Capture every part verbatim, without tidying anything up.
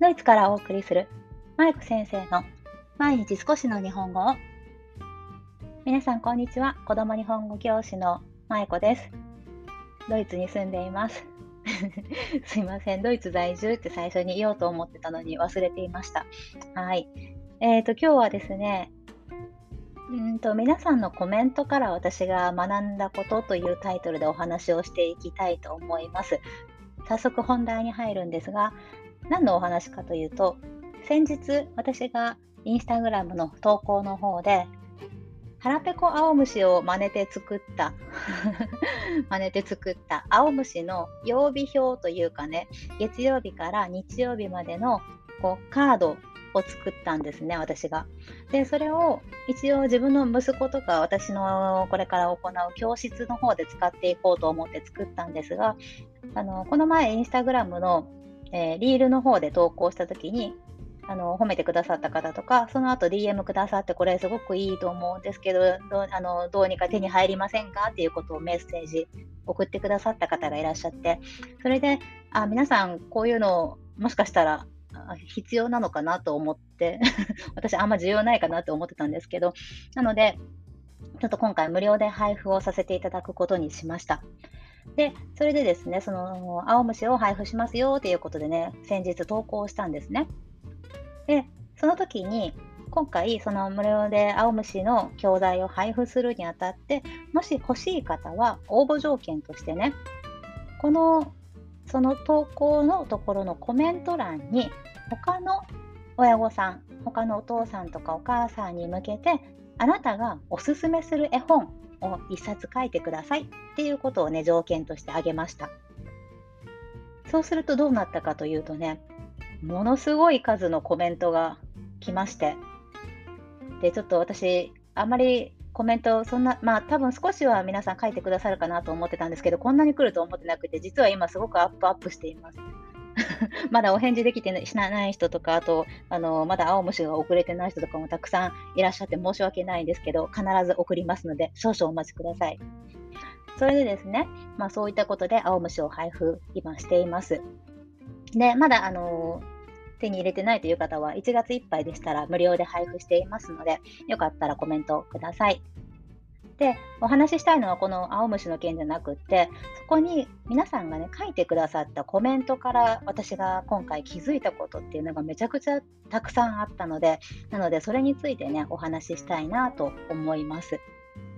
ドイツからお送りするマイコ先生の毎日少しの日本語を。皆さんこんにちは。子供日本語教師のマイコです。ドイツに住んでいますすいません、ドイツ在住って最初に言おうと思ってたのに忘れていました。はい。えーと今日はですねうんと皆さんのコメントから私が学んだことというタイトルでお話をしていきたいと思います。早速本題に入るんですが、何のお話かというと、先日私がインスタグラムの投稿の方で腹ペコ青虫を真似て作った真似て作った青虫の曜日表というかね、月曜日から日曜日までのこうカードを作ったんですね、私が。で、それを一応自分の息子とか私のこれから行う教室の方で使っていこうと思って作ったんですが、あのこの前インスタグラムの、えー、リールの方で投稿した時にあの褒めてくださった方とか、その後 ディーエム くださって、これすごくいいと思うんですけど、どう、あのどうにか手に入りませんかっていうことをメッセージ送ってくださった方がいらっしゃって、それであ皆さんこういうのもしかしたら必要なのかなと思って私あんま需要ないかなと思ってたんですけど、なのでちょっと今回無料で配布をさせていただくことにしました。で、それでですね、その青虫を配布しますよということでね、先日投稿したんですね。で、その時に今回その無料で青虫の教材を配布するにあたって、もし欲しい方は応募条件としてね、このその投稿のところのコメント欄に他の親御さん、他のお父さんとかお母さんに向けて、あなたがおすすめする絵本を一冊書いてくださいっていうことをね、条件として挙げました。そうするとどうなったかというとね、ものすごい数のコメントが来まして、で、ちょっと私あんまりコメントそんな、まあ多分少しは皆さん書いてくださるかなと思ってたんですけど、こんなに来ると思ってなくて、実は今すごくアップアップしていますまだお返事できてない人とか、あとあのまだ青虫が送れてない人とかもたくさんいらっしゃって申し訳ないんですけど、必ず送りますので少々お待ちください。それでですね、まあ、そういったことで青虫を配布今しています。で、まだあの手に入れてないという方はいちがついっぱいでしたら無料で配布していますので、よかったらコメントください。で、お話ししたいのはこの青虫の件じゃなくって、そこに皆さんがね書いてくださったコメントから私が今回気づいたことっていうのがめちゃくちゃたくさんあったので、なのでそれについてねお話ししたいなと思います。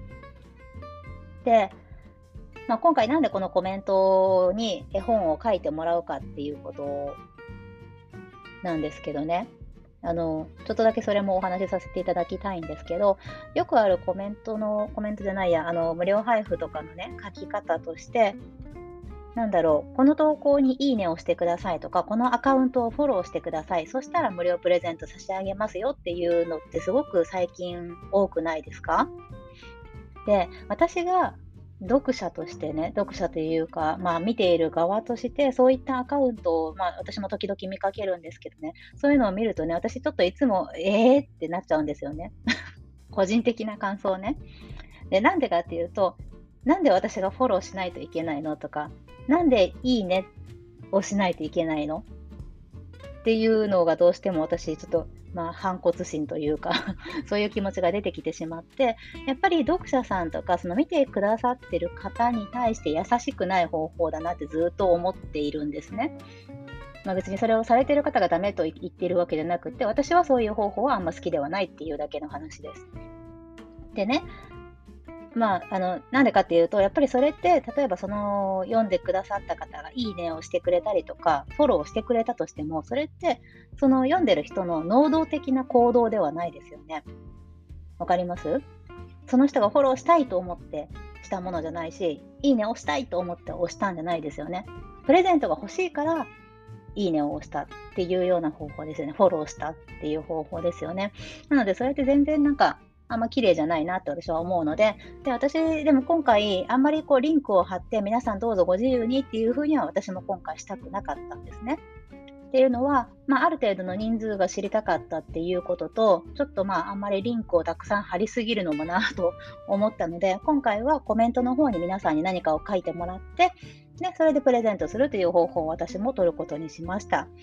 で、まあ、今回なんでこのコメントに絵本を書いてもらうかっていうことなんですけどね、あのちょっとだけそれもお話しさせていただきたいんですけど、よくあるコメントのコメントじゃないやあの無料配布とかのね書き方として、なんだろう、この投稿にいいねをしてくださいとか、このアカウントをフォローしてください、そしたら無料プレゼント差し上げますよっていうのってすごく最近多くないですか？で、私が読者としてね、読者というか、まあ見ている側として、そういったアカウントを、まあ私も時々見かけるんですけどね、そういうのを見るとね、私ちょっといつも、えーってなっちゃうんですよね。個人的な感想ね。で、なんでかっていうと、なんで私がフォローしないといけないのとか、なんでいいねをしないといけないのっていうのがどうしても私ちょっと、まあ、反骨心というかそういう気持ちが出てきてしまって、やっぱり読者さんとかその見てくださってる方に対して優しくない方法だなってずっと思っているんですね。まあ、別にそれをされている方がダメと言っているわけじゃなくて、私はそういう方法はあんま好きではないっていうだけの話です。でね、まあ、あの、なんでかっていうと、やっぱりそれって、例えばその読んでくださった方がいいねをしてくれたりとか、フォローしてくれたとしても、それって、その読んでる人の能動的な行動ではないですよね。わかります？その人がフォローしたいと思ってしたものじゃないし、いいねを押したいと思って押したんじゃないですよね。プレゼントが欲しいから、いいねを押したっていうような方法ですよね。フォローしたっていう方法ですよね。なので、それって全然なんか、あんま綺麗じゃないなって私は思うので、で、私でも今回あんまりこうリンクを貼って皆さんどうぞご自由にっていう風には私も今回したくなかったんですね。っていうのは、まあ、ある程度の人数が知りたかったっていうことと、ちょっとまああんまりリンクをたくさん貼りすぎるのもなと思ったので、今回はコメントの方に皆さんに何かを書いてもらって、でそれでプレゼントするという方法を私も取ることにしました。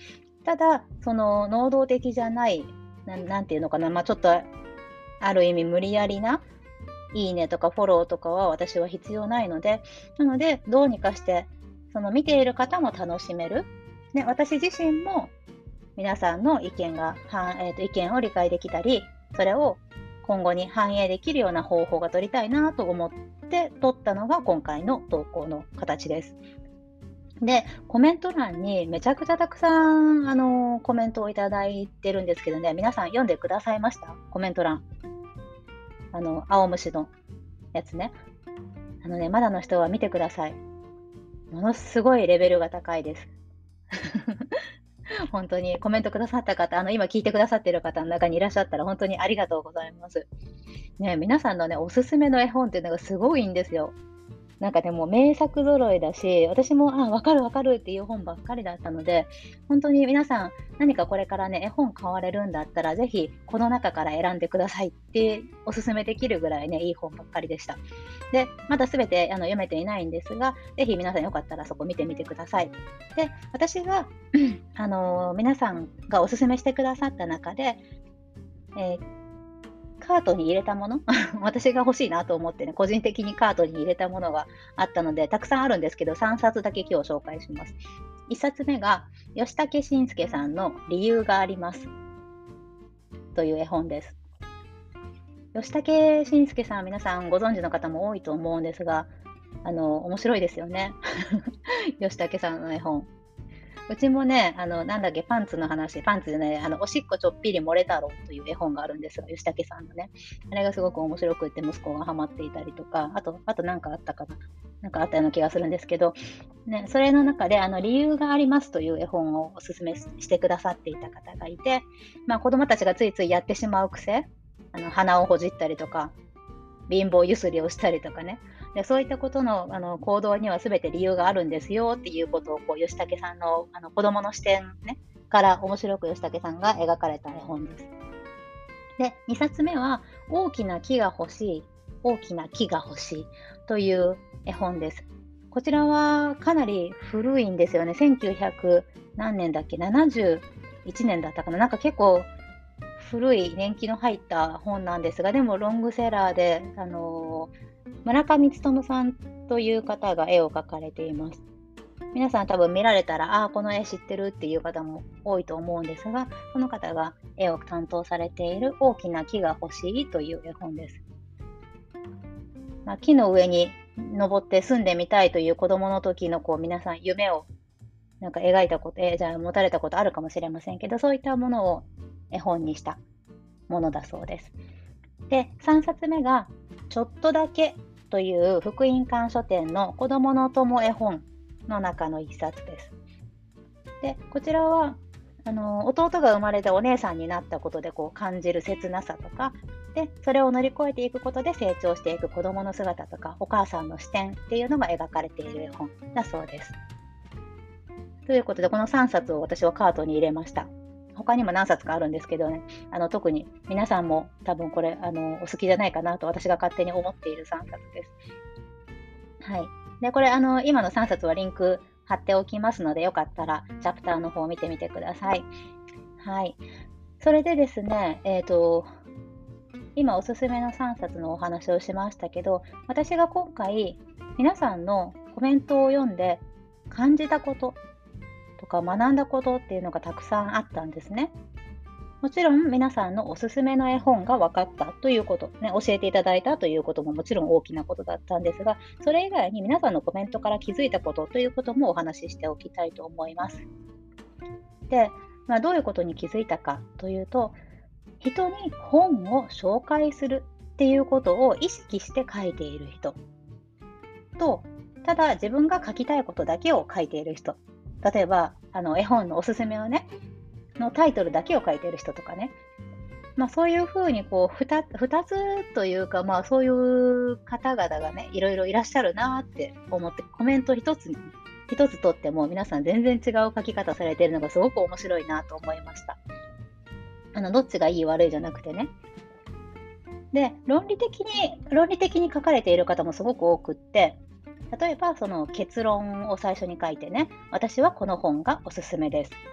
ただ、その能動的じゃない、ななんていうのかな、まあ、ちょっとある意味無理やりないいねとかフォローとかは私は必要ないので、なので、どうにかして、その見ている方も楽しめる。ね、私自身も皆さんの意見が、はんえーと、意見を理解できたり、それを今後に反映できるような方法が取りたいなと思って取ったのが今回の投稿の形です。で、コメント欄にめちゃくちゃたくさん、あの、コメントをいただいてるんですけどね、皆さん読んでくださいました？コメント欄。あの、青虫のやつね。あのね、まだの人は見てください。ものすごいレベルが高いです。本当にコメントくださった方、あの、今聞いてくださっている方の中にいらっしゃったら本当にありがとうございます。ね、皆さんのね、おすすめの絵本っていうのがすごいんですよ。なんかでも名作揃いだし、私も、あ、わかるわかるっていう本ばっかりだったので、本当に皆さん、何かこれからね、絵本買われるんだったら、ぜひこの中から選んでくださいってお勧めできるぐらいね、いい本ばっかりでした。で、まだすべてあの読めていないんですが、ぜひ皆さんよかったらそこ見てみてください。で、私が、あのー皆さんがお勧めしてくださった中で、えーカートに入れたもの私が欲しいなと思ってね、個人的にカートに入れたものがあったので、たくさんあるんですけど、さんさつだけ今日紹介します。いっさつめが、吉武慎介さんの理由がありますという絵本です。吉武慎介さん、皆さんご存知の方も多いと思うんですが、あの、面白いですよね。吉武さんの絵本。うちもね、あの、なんだっけ、パンツの話、パンツでね、あの、おしっこちょっぴり漏れ太郎という絵本があるんですが、吉武さんのね。あれがすごく面白くって、息子がハマっていたりとか、あと、あとなんかあったかな。なんかあったような気がするんですけど、ね、それの中で、あの、理由がありますという絵本をおすすめしてくださっていた方がいて、まあ、子供たちがついついやってしまう癖、あの、鼻をほじったりとか、貧乏ゆすりをしたりとかね。でそういったことのあの行動には全て理由があるんですよっていうことをこう吉武さんのあの子供の視点、ね、から面白く吉武さんが描かれた絵本です。で、にさつめは大きな木が欲しい、大きな木が欲しいという絵本です。こちらはかなり古いんですよね。せんきゅうひゃく何年だっけ、ななじゅういちねんだったかな。なんか結構古い年季の入った本なんですが、でもロングセラーで、あのー村上勉さんという方が絵を描かれています。皆さん多分見られたら、ああ、この絵知ってるっていう方も多いと思うんですが、その方が絵を担当されている大きな木が欲しいという絵本です。まあ、木の上に登って住んでみたいという子供の時のこう皆さん夢をなんか描いたこと、えーじゃあ持たれたことあるかもしれませんけど、そういったものを絵本にしたものだそうです。で、さんさつめが、ちょっとだけという福音館書店の子供の友絵本の中のいっさつです。で、こちらは、あの弟が生まれてお姉さんになったことでこう感じる切なさとか、で、それを乗り越えていくことで成長していく子供の姿とか、お母さんの視点っていうのが描かれている絵本だそうです。ということで、このさんさつを私はカートに入れました。他にも何冊かあるんですけどね、あの特に皆さんも多分これあのお好きじゃないかなと私が勝手に思っているさんさつです。はい。で、これあの今のさんさつはリンク貼っておきますので、よかったらチャプターの方を見てみてください。はい。それでですね、えっと、今おすすめのさんさつのお話をしましたけど、私が今回皆さんのコメントを読んで感じたこととか学んだことっていうのがたくさんあったんですね。もちろん皆さんのおすすめの絵本が分かったということ、ね、教えていただいたということももちろん大きなことだったんですが、それ以外に皆さんのコメントから気づいたことということもお話ししておきたいと思います。で、まあ、どういうことに気づいたかというと、人に本を紹介するっていうことを意識して書いている人と、ただ自分が書きたいことだけを書いている人、例えばあの絵本のおすすめをねのタイトルだけを書いている人とかね、まあ、そういうふうにこう 2, 2つというか、まあ、そういう方々がねいろいろいらっしゃるなって思って、コメント一つに一つとっても皆さん全然違う書き方されているのがすごく面白いなと思いました。あのどっちがいい悪いじゃなくてね。で、論理的に論理的に書かれている方もすごく多くって、例えばその結論を最初に書いてね、私はこの本がおすすめです。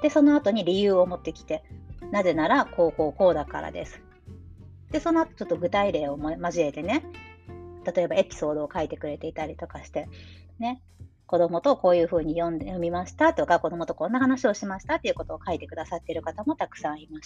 で、その後に理由を持ってきて、なぜならこうこうこうだからです。で、その後ちょっと具体例をも交えてね、例えばエピソードを書いてくれていたりとかして、ね、子供とこういうふうに読んで読みましたとか、子供とこんな話をしましたっていうことを書いてくださっている方もたくさんいました。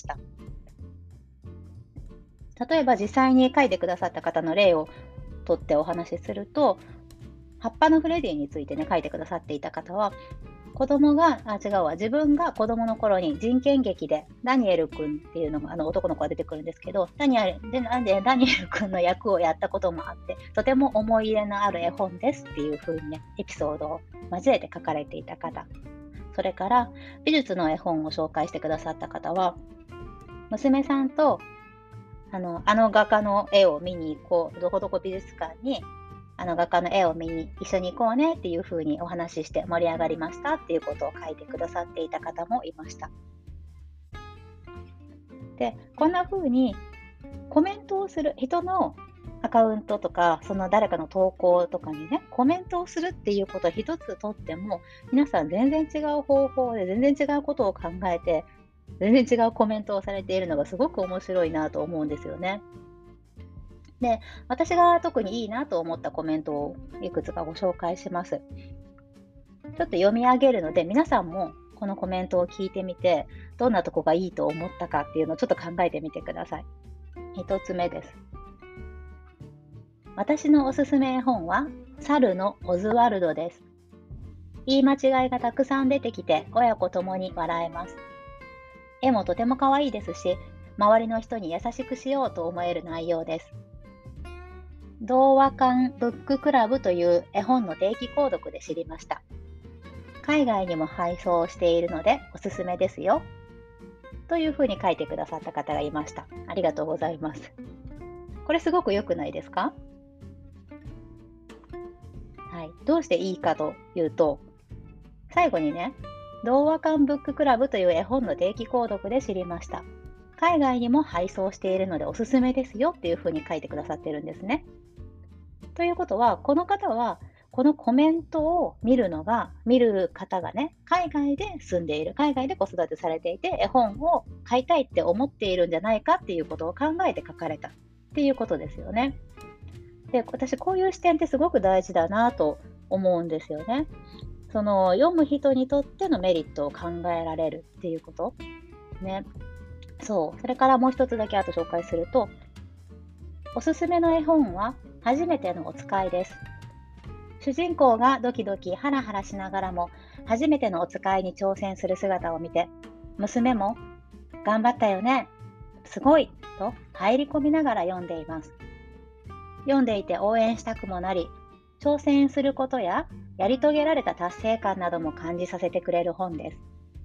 例えば実際に書いてくださった方の例をとってお話しすると、葉っぱのフレディについてね、書いてくださっていた方は、子供が、あ、違うわ、自分が子供の頃に人権劇でダニエル君っていうのが、あの男の子が出てくるんですけど、ダニエルでなんでダニエル君の役をやったこともあって、とても思い入れのある絵本ですっていう風にね、エピソードを交えて書かれていた方。それから美術の絵本を紹介してくださった方は、娘さんとあのあの画家の絵を見に行こう、どこどこ美術館にあの画家の絵を見に一緒に行こうねっていう風にお話しして盛り上がりましたっていうことを書いてくださっていた方もいました。で、こんな風にコメントをする人のアカウントとか、その誰かの投稿とかにね、コメントをするっていうことを一つとっても、皆さん全然違う方法で全然違うことを考えて、全然違うコメントをされているのがすごく面白いなと思うんですよね。で、私が特にいいなと思ったコメントをいくつかご紹介します。ちょっと読み上げるので、皆さんもこのコメントを聞いてみて、どんなとこがいいと思ったかっていうのをちょっと考えてみてください。一つ目です。私のおすすめ絵本は、猿のオズワルドです。言い間違いがたくさん出てきて、親子ともに笑えます。絵もとても可愛いですし、周りの人に優しくしようと思える内容です。童話館ブッククラブという絵本の定期購読で知りました。海外にも配送しているのでおすすめですよ。というふうに書いてくださった方がいました。ありがとうございます。これすごく良くないですか？はい。どうしていいかというと、最後にね、童話館ブッククラブという絵本の定期購読で知りました。海外にも配送しているのでおすすめですよっていうふうに書いてくださってるんですね。ということは、この方は、このコメントを見るのが、見る方がね、海外で住んでいる、海外で子育てされていて、絵本を買いたいって思っているんじゃないかっていうことを考えて書かれたっていうことですよね。で、私、こういう視点ってすごく大事だなと思うんですよね。その、読む人にとってのメリットを考えられるっていうこと。ね。そう。それからもう一つだけあと紹介すると、おすすめの絵本は、初めてのおつかいです。主人公がドキドキハラハラしながらも初めてのおつかいに挑戦する姿を見て、娘も頑張ったよね、すごいと入り込みながら読んでいます。読んでいて応援したくもなり、挑戦することややり遂げられた達成感なども感じさせてくれる本です。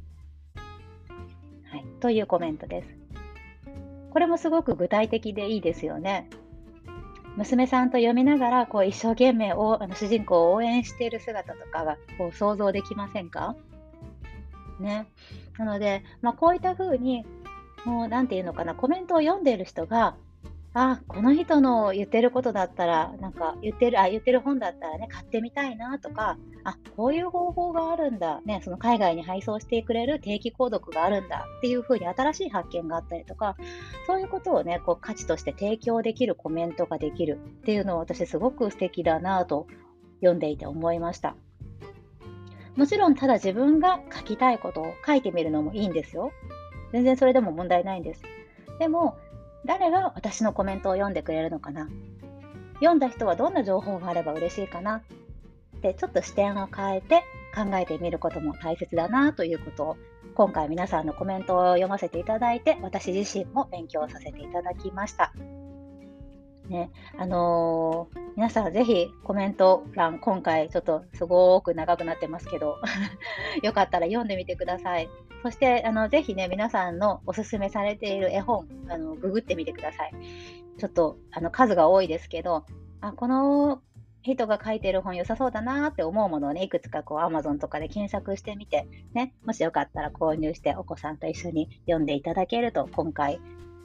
はい、というコメントです。これもすごく具体的でいいですよね。娘さんと読みながらこう一生懸命をあの主人公を応援している姿とかがこう想像できませんかね。なので、まあ、こういった風にもうなんていうのかな、コメントを読んでいる人が、あ、この人の言ってることだったら、なんか言ってるあ、言ってる本だったらね、買ってみたいなとか、あ、こういう方法があるんだ、ね、その海外に配送してくれる定期購読があるんだっていう風に新しい発見があったりとか、そういうことをね、こう価値として提供できるコメントができるっていうのを私すごく素敵だなと読んでいて思いました。もちろんただ自分が書きたいことを書いてみるのもいいんですよ。全然それでも問題ないんです。でも、誰が私のコメントを読んでくれるのかな、読んだ人はどんな情報があれば嬉しいかなってちょっと視点を変えて考えてみることも大切だなということを今回皆さんのコメントを読ませていただいて私自身も勉強させていただきました。ね、あのー、皆さんぜひコメント欄今回ちょっとすごく長くなってますけどよかったら読んでみてください。そしてあのぜひね皆さんのおすすめされている絵本あのググってみてください。ちょっとあの数が多いですけど、あ、この人が書いている本良さそうだなって思うものをねいくつかこう Amazon とかで検索してみてね、もしよかったら購入してお子さんと一緒に読んでいただけると今回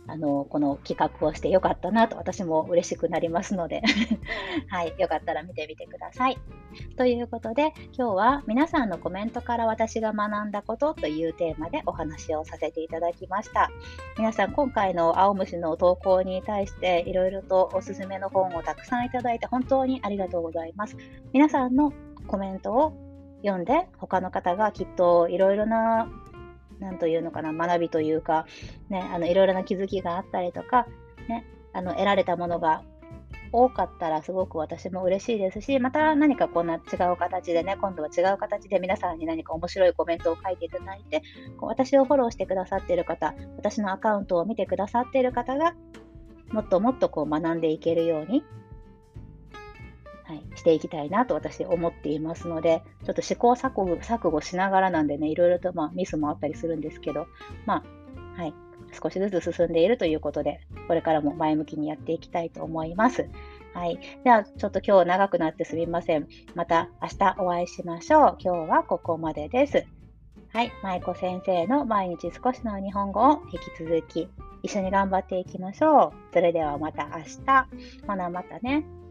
あの、この企画をしてよかったなと私も嬉しくなりますので、はい、よかったら見てみてください。ということで、今日は皆さんのコメントから私が学んだことというテーマでお話をさせていただきました。皆さん、今回の青虫の投稿に対していろいろとおすすめの本をたくさんいただいて本当にありがとうございます。皆さんのコメントを読んで、他の方がきっといろいろななんというのかな、学びというか、ね、あのいろいろな気づきがあったりとか、ね、あの得られたものが多かったらすごく私も嬉しいですし、また何かこんな違う形でね、今度は違う形で皆さんに何か面白いコメントを書いていただいて、こう私をフォローしてくださっている方、私のアカウントを見てくださっている方が、もっともっとこう学んでいけるように、はい、していきたいなと私思っていますので、ちょっと試行錯誤錯誤しながらなんでね、いろいろとまあミスもあったりするんですけど、まあ、はい、少しずつ進んでいるということで、これからも前向きにやっていきたいと思います。はい。では、ちょっと今日長くなってすみません。また明日お会いしましょう。今日はここまでです。はい。舞子先生の毎日少しの日本語を引き続き一緒に頑張っていきましょう。それではまた明日。ほなまたね。